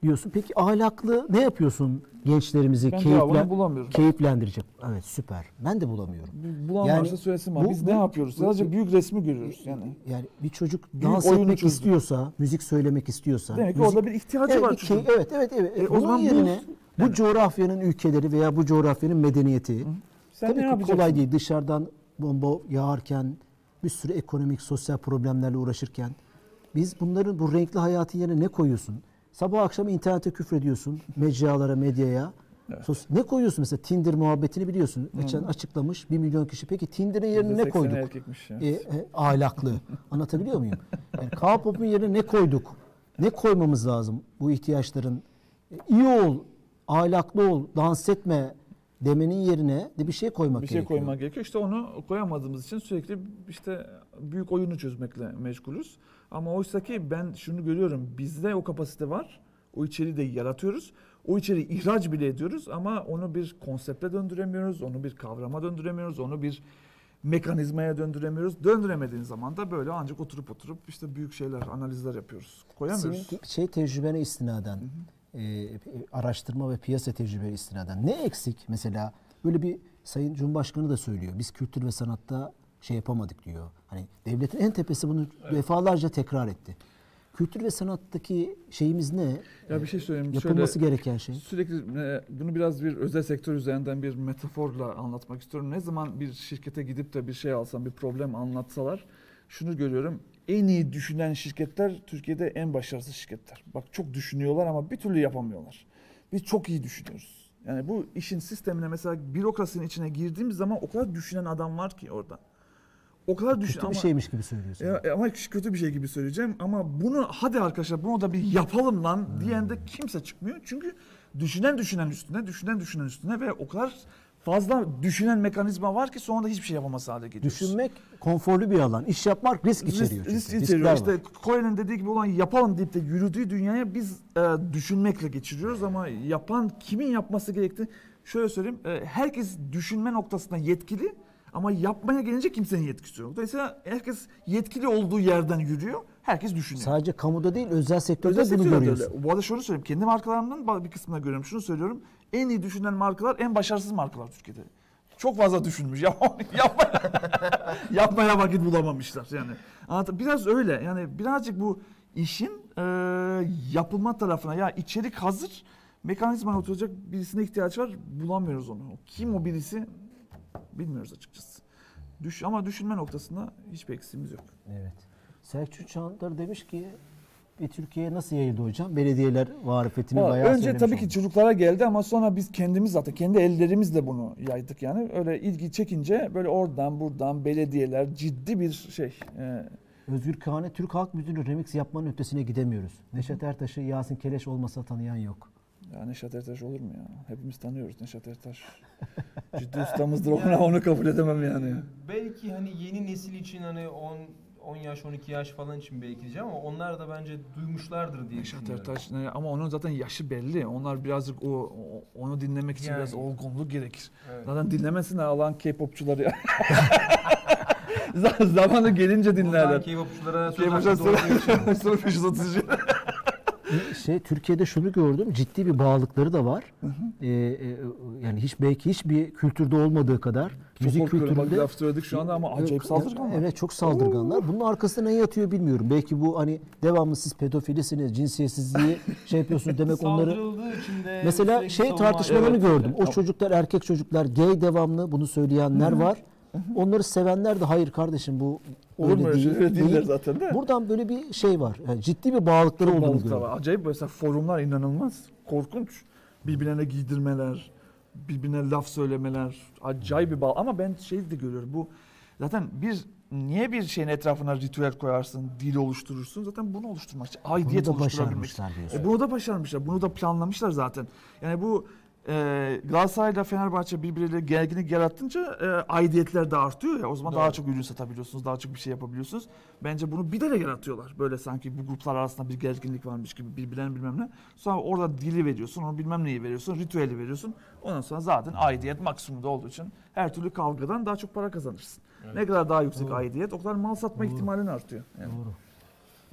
diyorsun. Peki ahlaklı ne yapıyorsun gençlerimizi keyiflendirecek? Evet, süper. Ben de bulamıyorum. Bulan yani, varsa söylesin bana. Biz ne yapıyoruz? Sadece büyük resmi görüyoruz yani. Yani bir çocuk dans etmek istiyorsa, müzik söylemek istiyorsa. Demek ki orada bir ihtiyacı var çocuğun. Evet. O zaman yerine bu coğrafyanın ülkeleri veya bu coğrafyanın medeniyeti. Tabii ki kolay değil. Dışarıdan bomba yağarken, bir sürü ekonomik, sosyal problemlerle uğraşırken biz bunların, bu renkli hayatın yerine ne koyuyorsun? Sabah akşam internete küfrediyorsun, mecralara, medyaya. Evet. Ne koyuyorsun mesela? Tinder muhabbetini biliyorsun. Geçen açıklamış 1 milyon kişi. Peki Tinder'ın yerine ne koyduk? Ahlaklı. Anlatabiliyor muyum? Yani K-pop'un yerine ne koyduk? Ne koymamız lazım bu ihtiyaçların? İyi ol, ahlaklı ol, dans etme demenin yerine de bir şey koymak gerekiyor. Bir şey koymak gerekiyor. İşte onu koyamadığımız için sürekli işte büyük oyunu çözmekle meşgulüz. Ama oysa ki ben şunu görüyorum. Bizde o kapasite var. O içeriği de yaratıyoruz. O içeriği ihraç bile ediyoruz ama onu bir konsepte döndüremiyoruz. Onu bir kavrama döndüremiyoruz. Onu bir mekanizmaya döndüremiyoruz. Döndüremediğiniz zaman da böyle ancak oturup işte büyük şeyler, analizler yapıyoruz. Koyamıyoruz. Senin tecrübene istinaden, araştırma ve piyasa tecrübene istinaden ne eksik? Mesela böyle bir Sayın Cumhurbaşkanı da söylüyor. Biz kültür ve sanatta şey yapamadık diyor. Hani devletin en tepesi bunu defalarca tekrar etti. Kültür ve sanattaki şeyimiz ne? Ya bir şey söyleyeyim. Yapılması gereken şey. Sürekli bunu biraz bir özel sektör üzerinden bir metaforla anlatmak istiyorum. Ne zaman bir şirkete gidip de bir şey alsam, bir problem anlatsalar şunu görüyorum. En iyi düşünen şirketler Türkiye'de en başarısız şirketler. Bak çok düşünüyorlar ama bir türlü yapamıyorlar. Biz çok iyi düşünüyoruz. Yani bu işin sistemine mesela bürokrasinin içine girdiğimiz zaman o kadar düşünen adam var ki orada. O kadar kötü bir şeymiş gibi söylüyorsun. Ama kötü bir şey gibi söyleyeceğim ama bunu hadi arkadaşlar bunu da bir yapalım lan diyen de kimse çıkmıyor. Çünkü düşünen üstüne ve o kadar fazla düşünen mekanizma var ki sonra da hiçbir şey yapamaz hale geliyoruz. Düşünmek konforlu bir alan. İş yapmak risk içeriyor. Risk içeriyor. İşte Cohen'in dediği gibi olan yapalım deyip de yürüdüğü dünyaya biz düşünmekle geçiriyoruz ama yapan kimin yapması gerektiğini şöyle söyleyeyim. Herkes düşünme noktasında yetkili. Ama yapmaya gelince kimsenin yetkisi yok. Dolayısıyla herkes yetkili olduğu yerden yürüyor. Herkes düşünüyor. Sadece kamuda değil, özel sektörde bunu görüyorsun. Bu arada şunu söyleyeyim. Kendi markalarımdan bir kısmına görüyorum. Şunu söylüyorum. En iyi düşünen markalar en başarısız markalar Türkiye'de. Çok fazla düşünmüş. Yapmaya vakit bulamamışlar. Yani biraz öyle. Yani birazcık bu işin yapılma tarafına ya içerik hazır. Mekanizmaya oturacak birisine ihtiyaç var. Bulamıyoruz onu. Kim o birisi? Bilmiyoruz açıkçası. Ama düşünme noktasında hiçbir eksiğimiz yok. Evet. Selçuk Çağındar demiş ki Türkiye'ye nasıl yayıldı hocam? Belediyeler marifetini bayağı önce tabii ki çocuklara geldi ama sonra biz kendimiz zaten kendi ellerimizle bunu yaydık yani. Öyle ilgi çekince böyle oradan buradan belediyeler ciddi bir şey. Özgür Kağan'e Türk Halk Müziği'nin remix yapmanın ötesine gidemiyoruz. Neşet Ertaş'ı Yasin Keleş olmasa tanıyan yok. Ya Neşet Ertaş olur mu ya? Hepimiz tanıyoruz Neşet Ertaş. Ciddi ustamızdır onu kabul edemem yani. Belki hani yeni nesil için hani 10 yaş 12 yaş falan için belki diyeceğim ama onlar da bence duymuşlardır diye düşünüyorum. Neşet Ertaş ama onun zaten yaşı belli. Onlar birazcık onu dinlemek için biraz olgunluk gerekir. Evet. Zaten dinlemesin alan K-popçuları ya. Zamanı gelince dinlerler. K-popçulara sırf 330. Türkiye'de şunu gördüm, ciddi bir bağlılıkları da var. Yani belki hiçbir kültürde olmadığı kadar müzik kültüründe laf söyledik şu anda ama acayip saldırganlar. Evet, çok saldırganlar. Bunun arkasında ne yatıyor bilmiyorum. Belki bu hani devamlı siz pedofilisiniz, cinsiyetsizliği şey yapıyorsunuz demek onları. Mesela tartışmalarını gördüm. O çocuklar, erkek çocuklar, gay devamlı bunu söyleyenler var. Onları sevenler de hayır kardeşim bu öyle değil. Zaten de. Buradan böyle bir şey var. Yani ciddi bir bağlılıkları olduğunu görüyorum. Acayip mesela forumlar inanılmaz. Korkunç. Birbirine giydirmeler, birbirine laf söylemeler. Acayip bir bağ. Ama ben şey de görüyorum. Bu zaten niye bir şeyin etrafına ritüel koyarsın, dil oluşturursun? Zaten bunu oluşturmak için. Aidiyet oluşturabilmek için. Bunu da başarmışlar. Bunu da planlamışlar zaten. Yani bu Galatasaray'la Fenerbahçe birbirleriyle gerginlik yarattınca aidiyetler de artıyor ya. O zaman daha çok ürün satabiliyorsunuz, daha çok bir şey yapabiliyorsunuz. Bence bunu bilerek yaratıyorlar. Böyle sanki bu gruplar arasında bir gerginlik varmış gibi birbirlerine bilmem ne. Sonra orada dili veriyorsun, onu bilmem neyi veriyorsun, ritüeli veriyorsun. Ondan sonra zaten aidiyet maksimumda olduğu için her türlü kavgadan daha çok para kazanırsın. Evet. Ne kadar daha yüksek aidiyet o kadar mal satma ihtimalin artıyor. Yani. Doğru.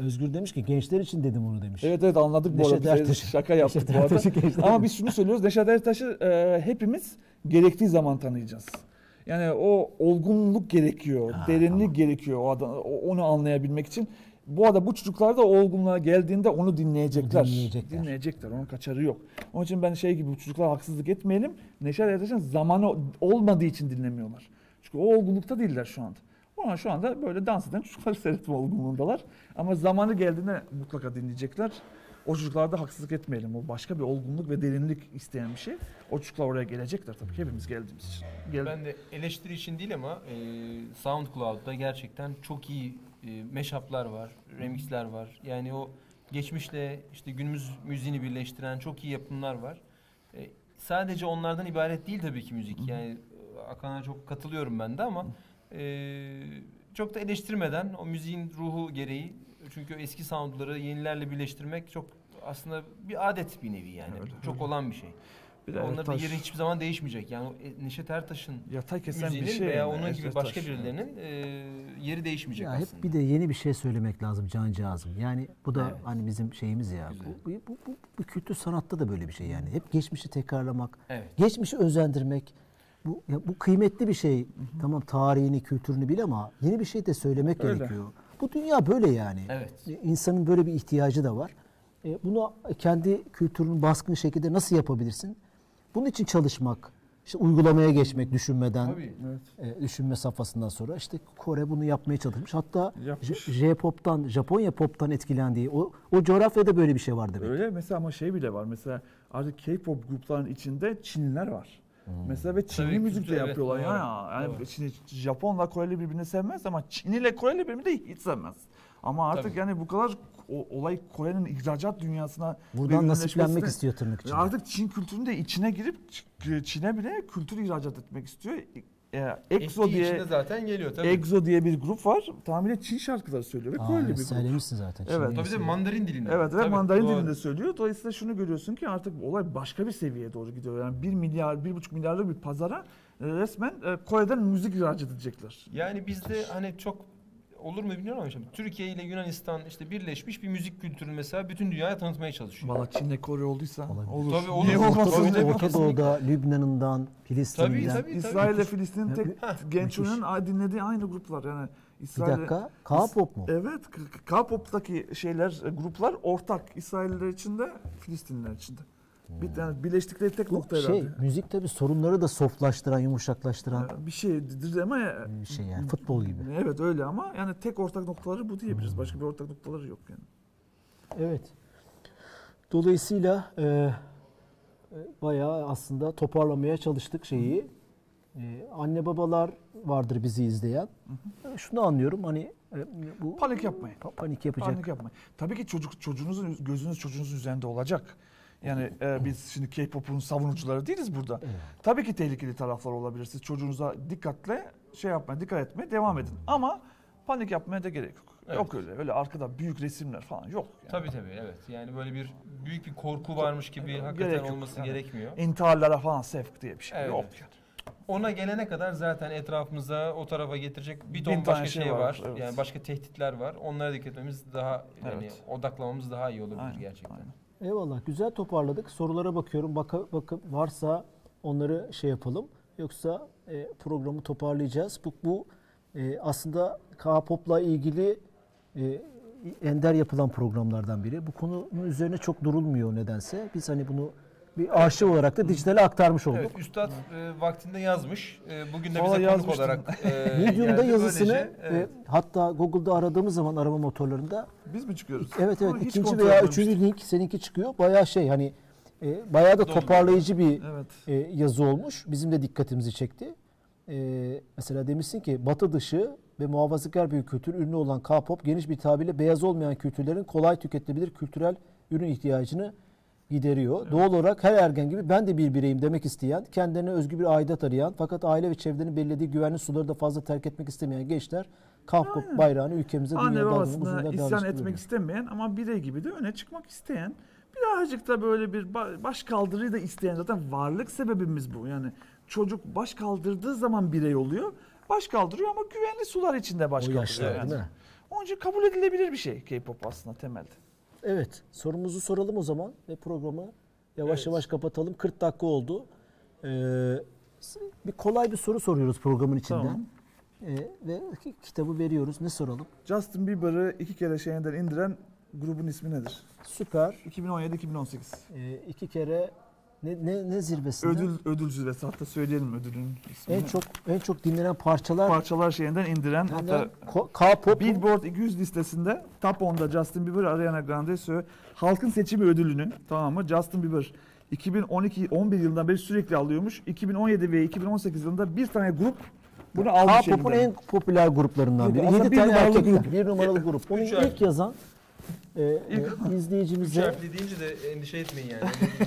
Özgür demiş ki gençler için dedim onu demiş. Evet anladık bu arada. Şaka yaptık bu arada. Ama biz şunu söylüyoruz. Neşet Ertaş'ı hepimiz gerektiği zaman tanıyacağız. Yani o olgunluk gerekiyor, derinlik gerekiyor onu anlayabilmek için. Bu çocuklar da o olgunluğa geldiğinde onu dinleyecekler. Dinleyecekler. Onun kaçarı yok. Onun için ben gibi bu çocuklara haksızlık etmeyelim. Neşet Ertaş'ın zamanı olmadığı için dinlemiyorlar. Çünkü o olgunlukta değiller şu anda. Ama şu anda böyle dans eden çocukları seyretme olgunluğundalar. Ama zamanı geldiğinde mutlaka dinleyecekler. O çocuklara da haksızlık etmeyelim. O başka bir olgunluk ve derinlik isteyen bir şey. O çocuklar oraya gelecekler tabii ki hepimiz geldiğimiz için. Ben de eleştiri için değil ama SoundCloud'da gerçekten çok iyi mashup'lar var, remix'ler var. Yani o geçmişle işte günümüz müziğini birleştiren çok iyi yapımlar var. Sadece onlardan ibaret değil tabii ki müzik. Yani Hakan'a çok katılıyorum ben de ama çok da eleştirmeden o müziğin ruhu gereği, çünkü eski soundları yenilerle birleştirmek çok aslında bir adet bir nevi yani. Evet, çok olan bir şey. Onların da yeri hiçbir zaman değişmeyecek. Yani Neşet Ertaş'ın müziğinin şey veya onun gibi başka birilerinin yeri değişmeyecek ya aslında. Hep bir de yeni bir şey söylemek lazım cancağızım. Yani bu da hani bizim şeyimiz ya. Bu kültür sanatta da böyle bir şey yani. Hep geçmişi tekrarlamak, geçmişi özendirmek. Bu kıymetli bir şey. Tamam, tarihini, kültürünü bil ama yeni bir şey de söylemek gerekiyor. Bu dünya böyle yani. İnsanın böyle bir ihtiyacı da var. Bunu kendi kültürünün baskın şekilde nasıl yapabilirsin? Bunun için çalışmak, işte uygulamaya geçmek düşünmeden, düşünme safhasından sonra işte Kore bunu yapmaya çalışmış. Hatta J-pop'tan, Japonya pop'tan etkilendiği o coğrafyada böyle bir şey var demek. Öyle mesela ama bile var. Mesela artık K-pop gruplarının içinde Çinliler var. Mesela ve Çinli müzik de yapıyorlar yani Japonla Koreli birbirini sevmez ama Çin ile Koreli birbirini de hiç sevmez. Ama artık yani bu kadar olay Kore'nin ihracat dünyasına buradan nasiplenmek istiyor tırnak içinde. Artık Çin kültürünün de içine girip Çin'e bile kültür ihracat etmek istiyor. EXO diye zaten geliyor tabii. EXO diye bir grup var. Tamamıyla Çin şarkıları söylüyor ve Koreli bir grup. Söylemişsin zaten. Evet. Tabii de Mandarin dilinde. Evet ve Mandarin dilinde söylüyor. Dolayısıyla şunu görüyorsun ki artık olay başka bir seviyeye doğru gidiyor. Yani 1,5 milyarlık bir pazara resmen Kore'den müzik ihracat edecekler. Yani bizde hani çok olur mu bilmiyorum ama şimdi Türkiye ile Yunanistan işte birleşmiş bir müzik kültürünü mesela bütün dünyaya tanıtmaya çalışıyor. Valla Çin'le Kore olduysa olur. Tabii olur. Niye olmasın? Orta Doğu'da, Lübnan'ından, Filistin'den. Tabii. İsrail ile Filistin'in tek genç oyunun dinlediği aynı gruplar yani. Bir dakika, K-pop mu? Evet, K-pop'taki gruplar ortak. İsrailler içinde, Filistinliler içinde. Yani birleştikleri tek nokta herhalde. Müzik tabii sorunları da softlaştıran, yumuşaklaştıran bir şeydir ama bir şey yani futbol gibi. Evet öyle ama yani tek ortak noktaları bu diyebiliriz. Başka bir ortak noktaları yok yani. Evet. Dolayısıyla bayağı aslında toparlamaya çalıştık şeyi. Anne babalar vardır bizi izleyen. Şunu anlıyorum hani bu panik yapmayın. Panik yapacak. Panik yapmayın. Tabii ki çocuğunuzun gözünüz çocuğunuzun üzerinde olacak. Yani biz şimdi K-pop'un savunucuları değiliz burada. Evet. Tabii ki tehlikeli taraflar olabilir. Siz çocuğunuza dikkat etmeye devam edin. Ama panik yapmaya da gerek yok. Evet. Yok öyle arkada büyük resimler falan yok. Yani. Tabii evet. Yani böyle büyük bir korku varmış gibi hakikaten olması gerekmiyor. İntiharlara falan sevk diye bir şey yok yani. Ona gelene kadar zaten etrafımıza o tarafa getirecek bir ton başka şey var. Evet. Yani başka tehditler var. Onlara dikkat etmemiz daha yani odaklamamız daha iyi olabilir gerçekten. Aynen. Eyvallah. Güzel toparladık. Sorulara bakıyorum. Bakın varsa onları yapalım. Yoksa programı toparlayacağız. Bu aslında K-pop'la ilgili ender yapılan programlardan biri. Bu konunun üzerine çok durulmuyor nedense. Biz hani bunu bir arşiv olarak da dijitale aktarmış olduk. Evet, Üstad vaktinde yazmış. Bugün de bize konuk olarak Medium'da yazısını hatta Google'da aradığımız zaman arama motorlarında biz mi çıkıyoruz? Evet. İkinci veya üçüncü link seninki çıkıyor. Bayağı hani bayağı da toparlayıcı bir yazı olmuş. Bizim de dikkatimizi çekti. Mesela demişsin ki Batı dışı ve muhafazakar bir kültür ürünü olan K-pop geniş bir tabirle beyaz olmayan kültürlerin kolay tüketilebilir kültürel ürün ihtiyacını gideriyor. Evet. Doğal olarak her ergen gibi ben de bir bireyim demek isteyen, kendilerine özgü bir aidat arayan fakat aile ve çevrenin belirlediği güvenli suları da fazla terk etmek istemeyen gençler K-pop bayrağını ülkemize dünyada babasına isyan etmek istemeyen ama birey gibi de öne çıkmak isteyen, birazcık da böyle bir baş kaldırıyı da isteyen, zaten varlık sebebimiz bu. Yani çocuk baş kaldırdığı zaman birey oluyor. Baş kaldırıyor ama güvenli sular içinde baş kaldırıyor. Değil mi? Onun için kabul edilebilir bir şey K-pop aslında temelde. Evet, sorumuzu soralım o zaman ve programı yavaş yavaş kapatalım. 40 dakika oldu. Bir kolay bir soru soruyoruz programın içinden. Tamam. Ve kitabı veriyoruz. Ne soralım? Justin Bieber'ı 2 kere şeyinden indiren grubun ismi nedir? Süper. 2017-2018. 2 kere ne zirvesinde? Ödül zirvesi, hatta söyleyelim ödülün ismini. En çok dinlenen parçalar Şeyinden indiren, hatta K-pop Billboard 200 listesinde Top 10'da Justin Bieber, Ariana Grande söylüyor. Halkın seçimi ödülünü, tamam mı? Justin Bieber 2012-11 yılından beri sürekli alıyormuş. 2017 ve 2018 yılında bir tane grup bunu almış. K-pop'un en popüler gruplarından biri. 7 tane erkek grup. Bir numaralı grup. Bunu ilk yazan izleyicimize... 3 harfli deyince de endişe etmeyin yani.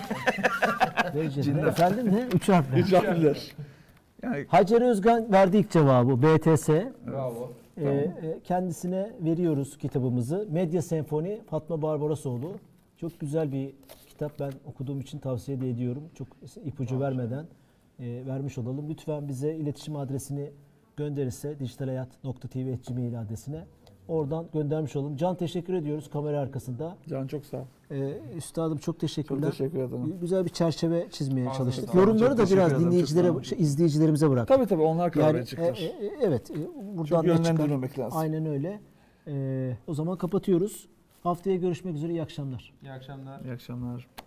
Efendim ne? 3 harfli. 3 harfler. Yani... Hacer Özgen verdi ilk cevabı. BTS. Bravo. Kendisine veriyoruz kitabımızı. Medya Senfoni, Fatma Barbarosoğlu. Çok güzel bir kitap. Ben okuduğum için tavsiye de ediyorum. Çok ipucu vermeden vermiş olalım. Lütfen bize iletişim adresini gönderirse dijitalhayat.tv@gmail adresine oradan göndermiş olalım. Can, teşekkür ediyoruz kamera arkasında. Can çok sağ ol. Üstadım çok teşekkürler. Çok teşekkür ederim. Güzel bir çerçeve çizmeye çalıştık. Sağ olun. Yorumları da biraz ederim. izleyicilerimize bırak. Tabii onlar karar Yani, çıkar. Evet. Buradan Çok yönlendirmemek lazım. Aynen öyle. O zaman kapatıyoruz. Haftaya görüşmek üzere. İyi akşamlar. İyi akşamlar. İyi akşamlar.